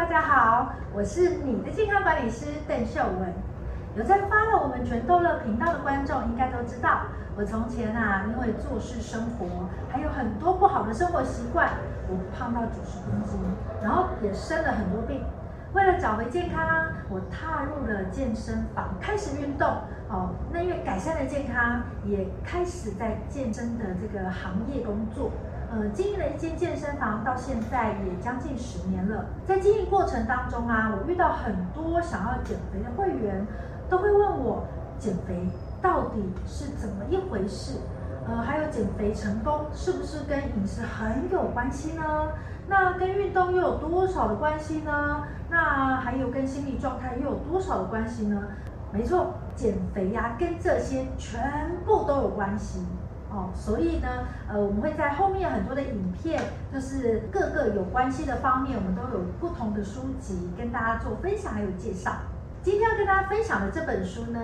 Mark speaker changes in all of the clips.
Speaker 1: 家好，我是你的健康管理师邓秀文。有在follow我们全逗乐频道的观众应该都知道，我从前因为做事生活还有很多不好的生活习惯，我胖到90公斤，然后也生了很多病。为了找回健康，我踏入了健身房，开始运动。那因为改善了健康，也开始在健身的这个行业工作。经营了一间健身房，到现在也将近10年了。在经营过程当中我遇到很多想要减肥的会员，都会问我减肥到底是怎么一回事？还有减肥成功是不是跟饮食很有关系呢？那跟运动又有多少的关系呢？那还有跟心理状态又有多少的关系呢？没错，减肥跟这些全部都有关系。所以呢，我们会在后面很多的影片，就是各个有关系的方面，我们都有不同的书籍跟大家做分享还有介绍。今天要跟大家分享的这本书呢，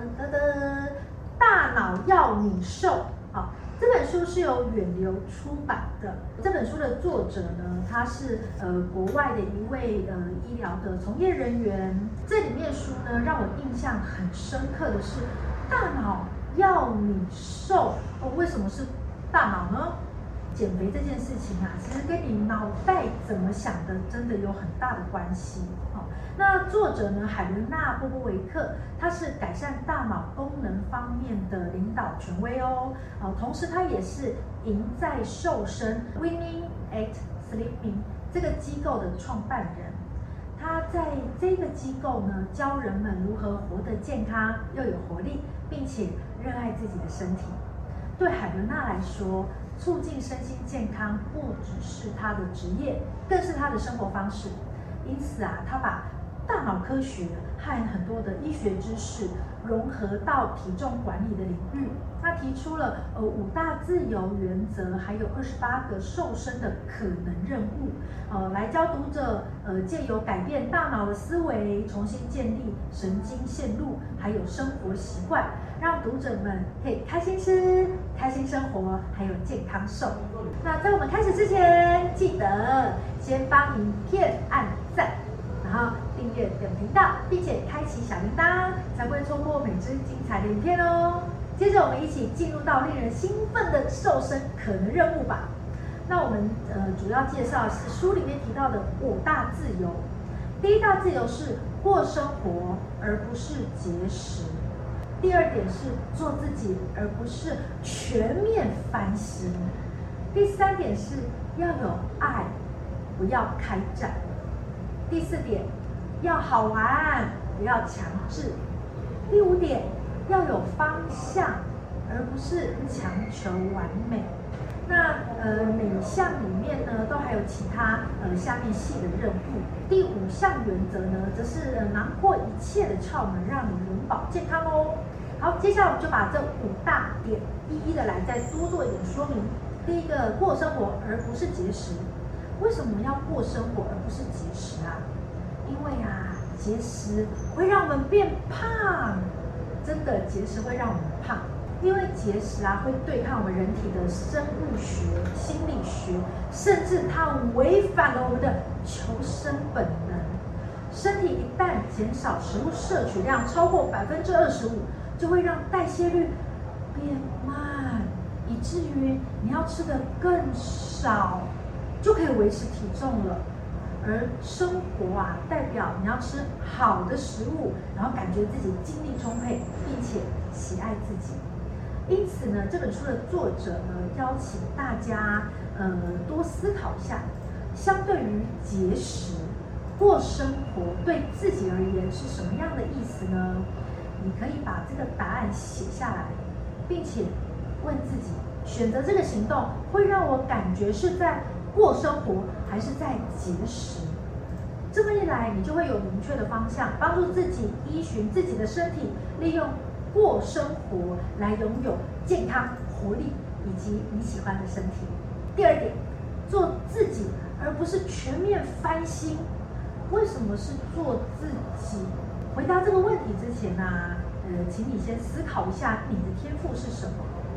Speaker 1: 大脑要你瘦。这本书是由远流出版的。这本书的作者呢，他是国外的一位医疗的从业人员。这里面书呢，让我印象很深刻的是，大脑要你瘦为什么是大脑呢？减肥这件事情其实跟你脑袋怎么想的真的有很大的关系。那作者呢，海伦娜·波波维克，他是改善大脑功能方面的领导权威同时他也是赢在瘦身 （Winning at Sleeping） 这个机构的创办人。他在这个机构呢，教人们如何活得健康又有活力，并且热爱自己的身体。对海伦娜来说，促进身心健康不只是她的职业，更是她的生活方式。因此她把大脑科学和很多的医学知识融合到体重管理的领域。他提出了5大自由原则，还有28个瘦身的可能任务，来教读者借由改变大脑的思维，重新建立神经线路，还有生活习惯，让读者们可以开心吃、开心生活，还有健康瘦。那在我们开始之前，记得先帮影片按赞，然后订阅本频道，并且开启小铃铛，才不会错过每支精彩的影片哦。接着我们一起进入到令人兴奋的瘦身可能任务吧。那我们主要介绍是书里面提到的5大自由。第1大自由是过生活而不是节食。第2点是做自己而不是全面翻新。第3点是要有爱，不要开战。第4点要好玩，不要强制。第5点要有方向，而不是强求完美。那每项里面呢，都还有其他下面细的任务。第5项原则呢，则是囊括一切的窍门，让你永葆健康哦。好，接下来我们就把这5大点一一的来再多做一点说明。第1个，过生活而不是节食。为什么要过生活而不是节食因为节食会让我们变胖，真的节食会让我们胖，因为节食会对抗我们人体的生物学、心理学，甚至它违反了我们的求生本能。身体一旦减少食物摄取量超过25%，就会让代谢率变慢，以至于你要吃的更少，就可以维持体重了。而生活代表你要吃好的食物，然后感觉自己精力充沛，并且喜爱自己。因此呢，这本书的作者呢，邀请大家多思考一下，相对于节食，过生活对自己而言是什么样的意思呢？你可以把这个答案写下来，并且问自己，选择这个行动会让我感觉是在过生活还是在节食？这么一来，你就会有明确的方向，帮助自己依循自己的身体，利用过生活来拥有健康、活力以及你喜欢的身体。第2点，做自己而不是全面翻新。为什么是做自己？回答这个问题之前请你先思考一下你的天赋是什么。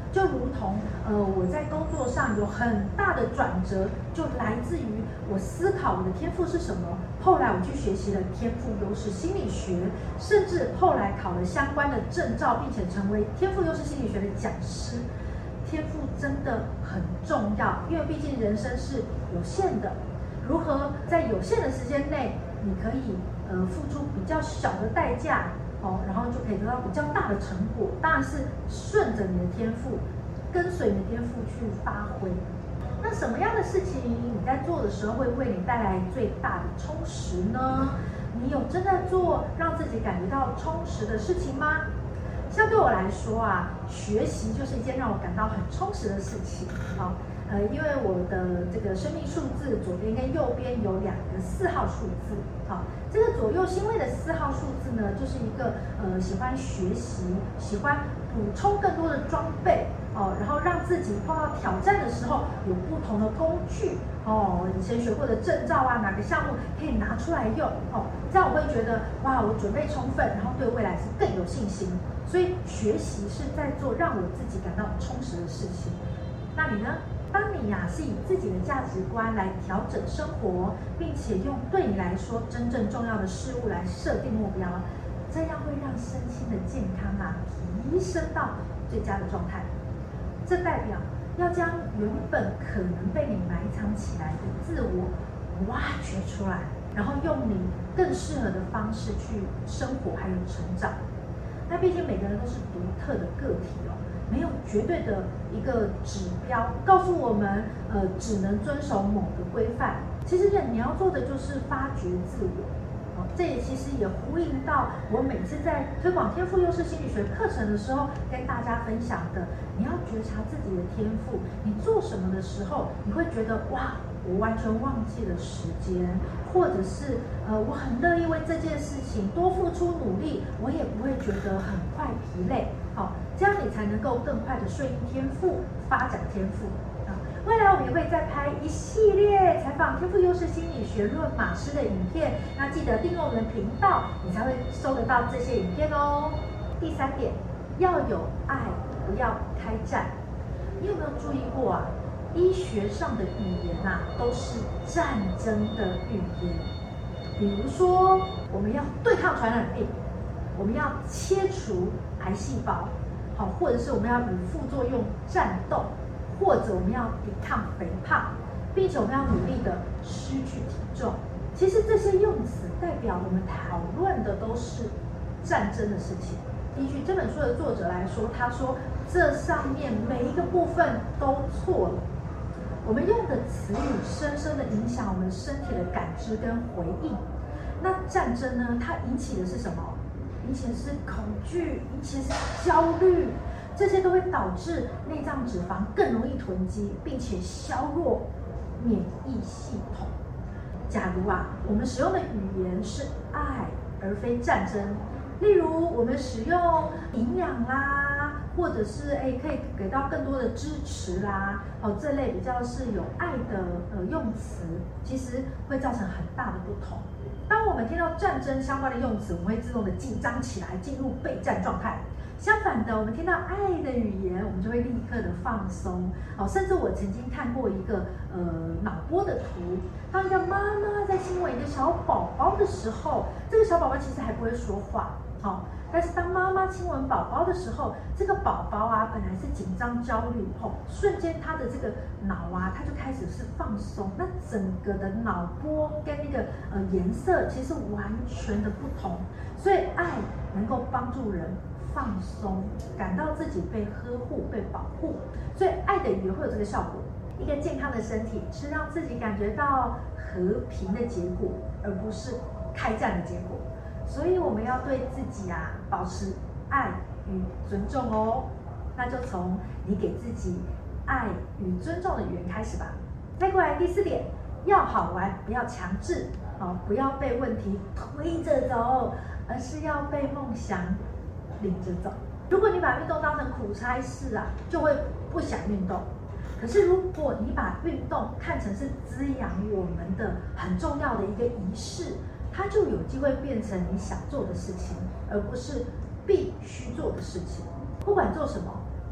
Speaker 1: 就如同我在工作上有很大的转折，就来自于我思考我的天赋是什么。后来我去学习了天赋优势心理学，甚至后来考了相关的证照，并且成为天赋优势心理学的讲师。天赋真的很重要，因为毕竟人生是有限的。如何在有限的时间内，你可以付出比较小的代价然后就可以得到比较大的成果。当然是顺着你的天赋，跟随你的天赋去发挥。那什么样的事情你在做的时候会为你带来最大的充实呢？你有正在做让自己感觉到充实的事情吗？像对我来说啊，学习就是一件让我感到很充实的事情。因为我的这个生命数字左边跟右边有2个4号数字。这个左右星位的4号数字呢，就是一个喜欢学习，喜欢补充更多的装备然后让自己碰到挑战的时候有不同的工具以前学过的证照啊，哪个项目可以拿出来用这样我会觉得哇，我准备充分，然后对未来是更有信心。所以学习是在做让我自己感到充实的事情。那你呢？当你是以自己的价值观来调整生活，并且用对你来说真正重要的事物来设定目标，这样会让身心的健康提升到最佳的状态。这代表要将原本可能被你埋藏起来的自我挖掘出来，然后用你更适合的方式去生活还有成长。那毕竟每个人都是独特的个体没有绝对的一个指标告诉我们只能遵守某个规范。其实你要做的就是发掘自我这也其实也呼应到我每次在推广天赋优势心理学课程的时候跟大家分享的。你要觉察自己的天赋，你做什么的时候你会觉得哇，我完全忘记了时间，或者是我很乐意为这件事情多付出努力，我也不会觉得很快疲累这样你才能够更快的顺应天赋，发展天赋未来我们也会再拍一系列采访天赋优势心理学论码师的影片，那记得订阅我们的频道，你才会收得到这些影片哦。第3点，要有爱，不要开战。你有没有注意过医学上的语言都是战争的语言。比如说，我们要对抗传染病，我们要切除癌细胞，或者是我们要与副作用战斗，或者我们要抵抗肥胖，并且我们要努力的失去体重。其实这些用词代表我们讨论的都是战争的事情。依据这本书的作者来说，他说这上面每一个部分都错了。我们用的词语深深的影响我们身体的感知跟回应。那战争呢？它引起的是什么？引起的是恐惧，引起的是焦虑，这些都会导致内脏脂肪更容易囤积，并且削弱免疫系统。假如我们使用的语言是爱而非战争，例如我们使用营养啦，或者是可以给到更多的支持啦，这类比较是有爱的用词，其实会造成很大的不同。当我们听到战争相关的用词，我们会自动的紧张起来，进入备战状态。相反的，我们听到爱的语言，我们就会立刻的放松。甚至我曾经看过一个脑波的图，当一个妈妈在亲吻一个小宝宝的时候，这个小宝宝其实还不会说话。但是当妈妈亲吻宝宝的时候，这个宝宝本来是紧张焦虑瞬间他的这个脑他就开始是放松，那整个的脑波跟那个颜色其实完全的不同。所以爱能够帮助人放松，感到自己被呵护、被保护，所以爱的语言会有这个效果。一个健康的身体是让自己感觉到和平的结果，而不是开战的结果。所以我们要对自己保持爱与尊重哦。那就从你给自己爱与尊重的语言开始吧。再过来第4点，要好玩，不要强制不要被问题推着走，而是要被梦想领着走。如果你把运动当成苦差事就会不想运动。可是如果你把运动看成是滋养我们的很重要的一个仪式，它就有机会变成你想做的事情，而不是必须做的事情。不管做什么，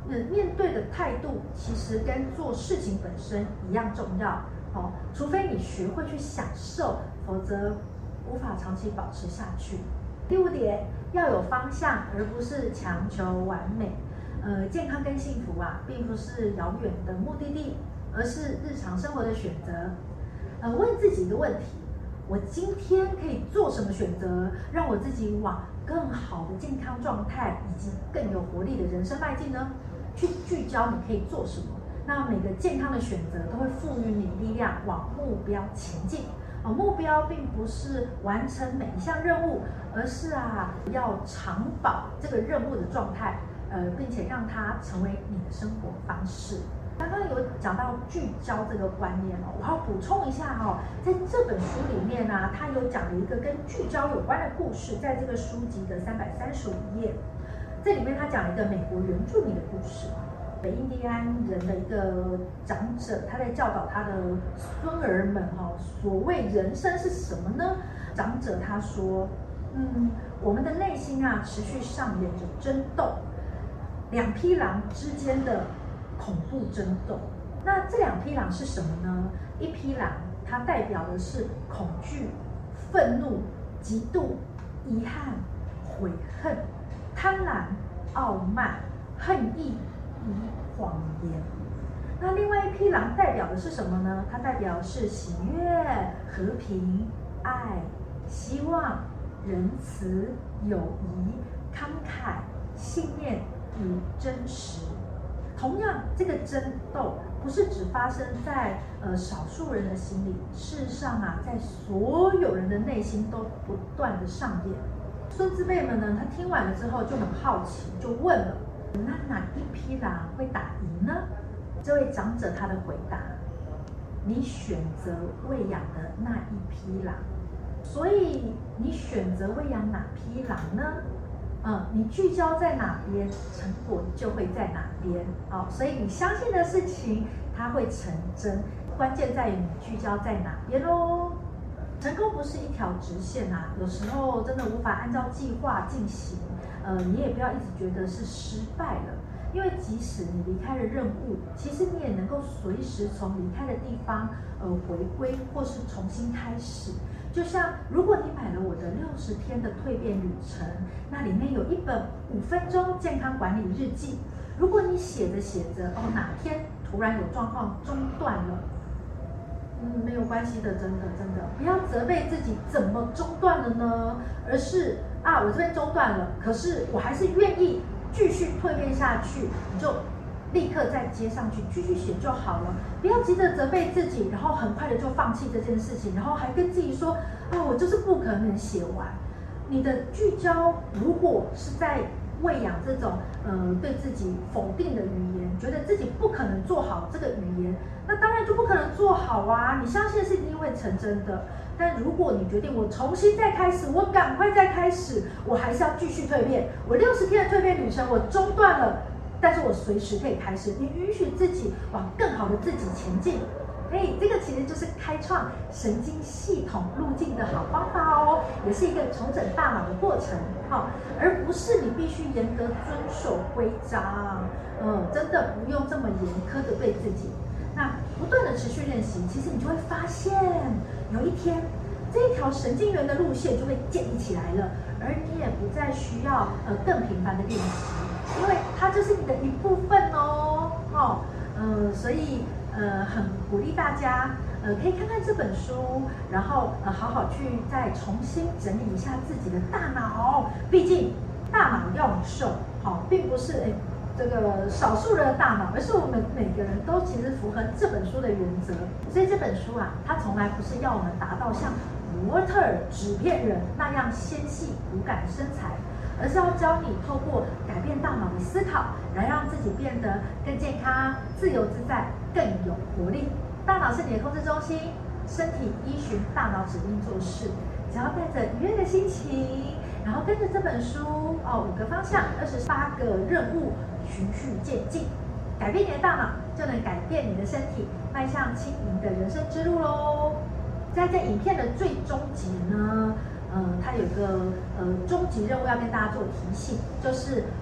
Speaker 1: 面对的态度其实跟做事情本身一样重要。除非你学会去享受，否则无法长期保持下去。第5点，要有方向，而不是强求完美。健康跟幸福啊，并不是遥远的目的地，而是日常生活的选择。问自己一个问题：我今天可以做什么选择，让我自己往更好的健康状态以及更有活力的人生迈进呢？去聚焦你可以做什么。那每个健康的选择都会赋予你力量，往目标前进。目标并不是完成每一项任务，而是要长保这个任务的状态，并且让它成为你的生活方式。刚刚有讲到聚焦这个观念我要补充一下在这本书里面它有讲了一个跟聚焦有关的故事，在这个书籍的335页，这里面他讲了一个美国原住民的故事。北印第安人的一个长者，他在教导他的孙儿们所谓人生是什么呢？长者他说，我们的内心持续上演着争斗，两匹狼之间的恐怖争斗。那这两匹狼是什么呢？一匹狼它代表的是恐惧、愤怒、嫉妒、遗憾、悔恨、贪婪、傲慢、恨意与谎言。那另外一匹狼代表的是什么呢？它代表的是喜悦、和平、爱、希望、仁慈、友谊、慷慨、信念与真实。同样，这个争斗不是只发生在少数人的心里，事实上在所有人的内心都不断的上演。孙子辈们呢，他听完了之后就很好奇，就问了：那哪一匹狼会打赢呢？这位长者他的回答：你选择喂养的那一匹狼。所以你选择喂养哪匹狼呢？你聚焦在哪边，成果就会在哪边。所以你相信的事情，它会成真。关键在于你聚焦在哪边咯。成功不是一条直线有时候真的无法按照计划进行。你也不要一直觉得是失败了，因为即使你离开了任务，其实你也能够随时从离开的地方回归，或是重新开始。就像如果你买了我的60天的蜕变旅程，那里面有一本5分钟健康管理日记。如果你写着写着哪天突然有状况中断了，没有关系的，真的不要责备自己怎么中断了呢？而是我这边中断了，可是我还是愿意继续蜕变下去，你就立刻再接上去，继续写就好了。不要急着责备自己，然后很快的就放弃这件事情，然后还跟自己说我就是不可能写完。你的聚焦如果是在喂养这种对自己否定的语言，觉得自己不可能做好这个语言，那当然就不可能做好你相信的是一定会成真的。但如果你决定我重新再开始，我赶快再开始，我还是要继续蜕变。我60天的蜕变旅程我中断了，但是我随时可以开始。你允许自己往更好的自己前进。这个其实就是开创神经系统路径的好方法也是一个重整大脑的过程而不是你必须严格遵守规章。真的不用这么严苛的对自己。那不断的持续练习，其实你就会发现，有一天这一条神经元的路线就会建立起来了，而你也不再需要更频繁的练习，因为它就是你的一部分所以很鼓励大家可以看看这本书，然后好好去再重新整理一下自己的大脑。毕竟大脑要你瘦并不是这个少数人的大脑，而是我们每个人都其实符合这本书的原则。所以这本书它从来不是要我们达到像模特儿、纸片人那样纤细骨感的身材，而是要教你透过改变大脑的思考，来让自己变得更健康、自由自在、更有活力。大脑是你的控制中心，身体依循大脑指令做事。只要带着愉悦的心情，然后跟着这本书5个方向、28个任务，循序渐进，改变你的大脑，就能改变你的身体，迈向轻盈的人生之路咯。在这影片的最终集呢，它有一个终极任务要跟大家做提醒，就是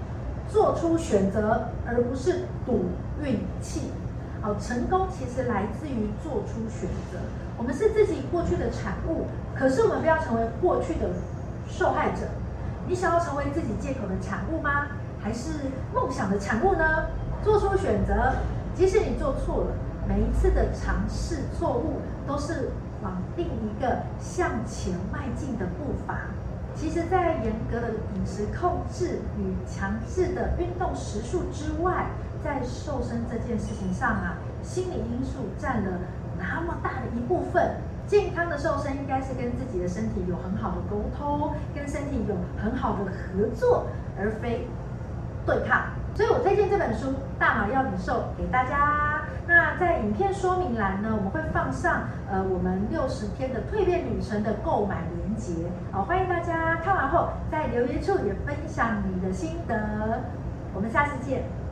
Speaker 1: 做出选择，而不是赌运气。好，成功其实来自于做出选择。我们是自己过去的产物，可是我们不要成为过去的受害者。你想要成为自己借口的产物吗？还是梦想的产物呢？做出选择，即使你做错了，每一次的尝试错误都是往另一个向前迈进的步伐。其实，在严格的饮食控制与强制的运动时数之外，在瘦身这件事情上啊，心理因素占了那么大的一部分。健康的瘦身应该是跟自己的身体有很好的沟通，跟身体有很好的合作，而非对抗。所以我推荐这本书《大脑要你瘦》给大家。那在影片说明栏呢，我们会放上我们60天的蜕变旅程的购买链接，欢迎大家看完后在留言处也分享你的心得。我们下次见。